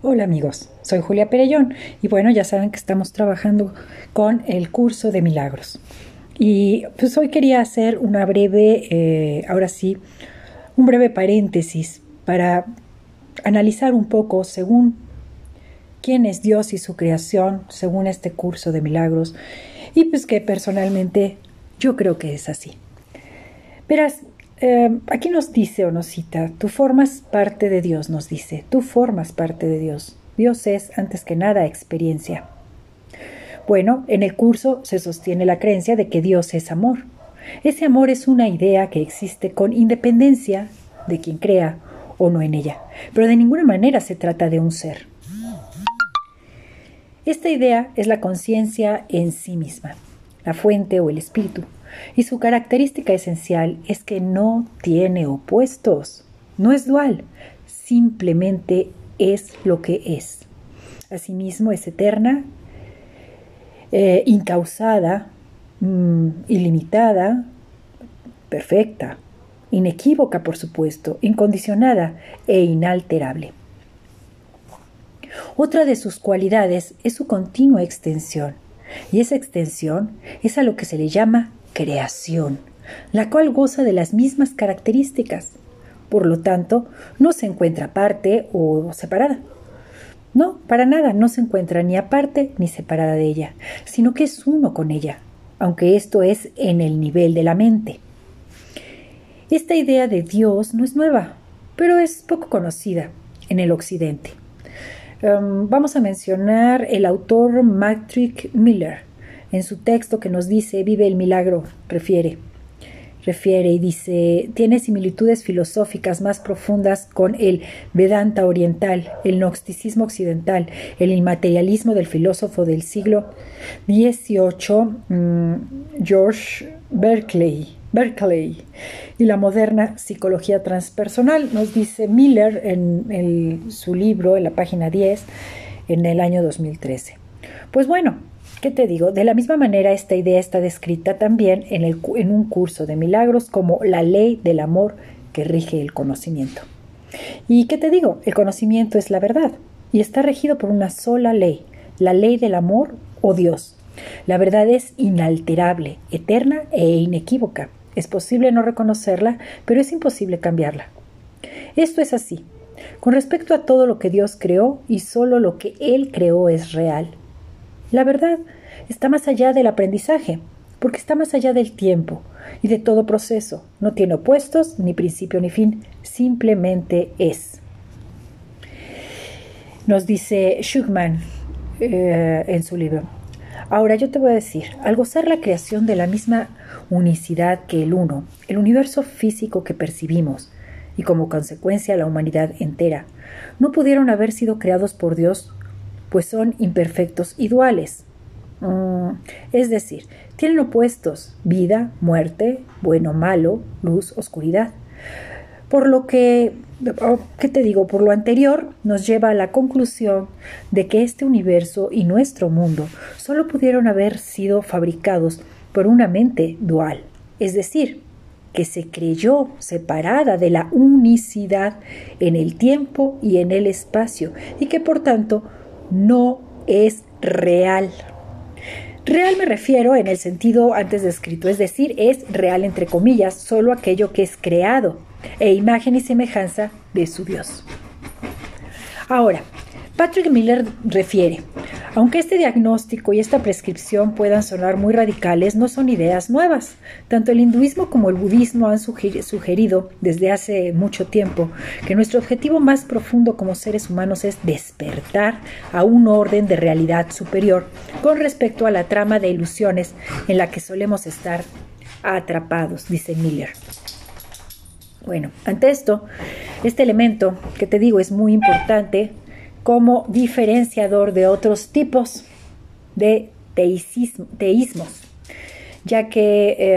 Hola amigos, soy Julia Perellón y bueno, ya saben que estamos trabajando con el curso de milagros. Y pues hoy quería hacer una breve, un breve paréntesis para analizar un poco según quién es Dios y su creación, según este curso de milagros, y pues que personalmente yo creo que es así. Verás, aquí nos dice o nos cita, tú formas parte de Dios, nos dice, tú formas parte de Dios. Dios es, antes que nada, experiencia. Bueno, en el curso se sostiene la creencia de que Dios es amor. Ese amor es una idea que existe con independencia de quien crea o no en ella, pero de ninguna manera se trata de un ser. Esta idea es la conciencia en sí misma, la fuente o el espíritu. Y su característica esencial es que no tiene opuestos, no es dual, simplemente es lo que es. Asimismo es eterna, incausada, ilimitada, perfecta, inequívoca por supuesto, incondicionada e inalterable. Otra de sus cualidades es su continua extensión, y esa extensión es a lo que se le llama creación, la cual goza de las mismas características. Por lo tanto, no se encuentra aparte o separada. No, para nada, no se encuentra ni aparte ni separada de ella, sino que es uno con ella, aunque esto es en el nivel de la mente. Esta idea de Dios no es nueva, pero es poco conocida en el occidente. Vamos a mencionar el autor Patrick Miller. En su texto que nos dice Vive el milagro, refiere y dice, tiene similitudes filosóficas más profundas con el Vedanta oriental, el gnosticismo occidental, el inmaterialismo del filósofo del siglo XVIII, George Berkeley, y la moderna psicología transpersonal, nos dice Miller en su libro, en la página 10, en el año 2013. Pues bueno, ¿qué te digo? De la misma manera, esta idea está descrita también en un curso de milagros como la ley del amor que rige el conocimiento. ¿Y qué te digo? El conocimiento es la verdad y está regido por una sola ley, la ley del amor o Dios. La verdad es inalterable, eterna e inequívoca. Es posible no reconocerla, pero es imposible cambiarla. Esto es así. Con respecto a todo lo que Dios creó y solo lo que Él creó es real. La verdad está más allá del aprendizaje, porque está más allá del tiempo y de todo proceso. No tiene opuestos, ni principio ni fin, simplemente es. Nos dice Schumann en su libro. Ahora yo te voy a decir, al gozar la creación de la misma unicidad que el uno, el universo físico que percibimos, y como consecuencia la humanidad entera, no pudieron haber sido creados por Dios, pues son imperfectos y duales. Es decir, tienen opuestos, vida, muerte, bueno, malo, luz, oscuridad. Por lo que, ¿qué te digo? Por lo anterior nos lleva a la conclusión de que este universo y nuestro mundo solo pudieron haber sido fabricados por una mente dual, es decir, que se creyó separada de la unicidad en el tiempo y en el espacio y que por tanto no es real. Real me refiero en el sentido antes descrito, es decir, es real entre comillas, solo aquello que es creado e imagen y semejanza de su Dios. Ahora, Patrick Miller refiere, aunque este diagnóstico y esta prescripción puedan sonar muy radicales, no son ideas nuevas. Tanto el hinduismo como el budismo han sugerido desde hace mucho tiempo que nuestro objetivo más profundo como seres humanos es despertar a un orden de realidad superior con respecto a la trama de ilusiones en la que solemos estar atrapados, dice Miller. Bueno, ante esto, este elemento que te digo es muy importante como diferenciador de otros tipos de teísmos, ya que,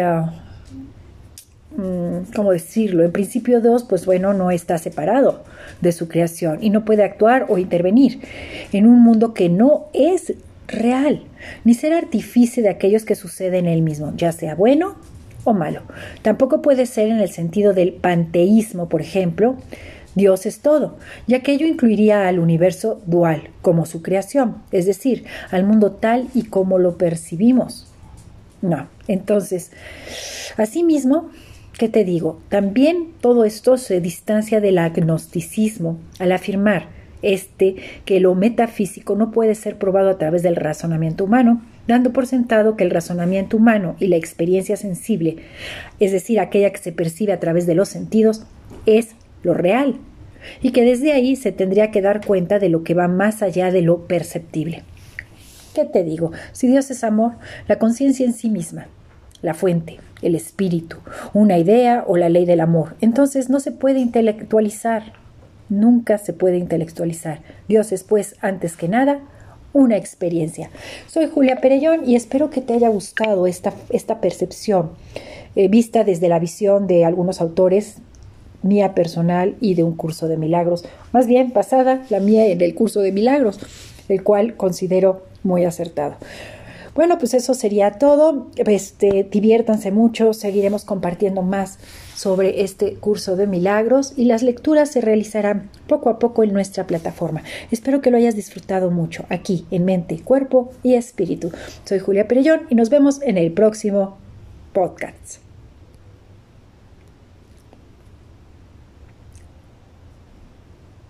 ¿cómo decirlo? En principio Dios, pues bueno, no está separado de su creación y no puede actuar o intervenir en un mundo que no es real, ni ser artífice de aquellos que suceden en él mismo, ya sea bueno o malo. Tampoco puede ser en el sentido del panteísmo, por ejemplo, Dios es todo, ya que ello incluiría al universo dual como su creación, es decir, al mundo tal y como lo percibimos. No, entonces, asimismo, ¿qué te digo? También todo esto se distancia del agnosticismo al afirmar que lo metafísico no puede ser probado a través del razonamiento humano, dando por sentado que el razonamiento humano y la experiencia sensible, es decir, aquella que se percibe a través de los sentidos, es lo real, y que desde ahí se tendría que dar cuenta de lo que va más allá de lo perceptible. ¿Qué te digo? Si Dios es amor, la conciencia en sí misma, la fuente, el espíritu, una idea o la ley del amor, entonces no se puede intelectualizar, nunca se puede intelectualizar. Dios es, pues, antes que nada, una experiencia. Soy Julia Perellón y espero que te haya gustado esta percepción vista desde la visión de algunos autores, mía personal y de un curso de milagros, más bien basada la mía en el curso de milagros, el cual considero muy acertado. Bueno, pues eso sería todo. Diviértanse mucho, seguiremos compartiendo más sobre este curso de milagros y las lecturas se realizarán poco a poco en nuestra plataforma. Espero que lo hayas disfrutado mucho aquí en Mente, Cuerpo y Espíritu. Soy Julia Perellón y nos vemos en el próximo podcast.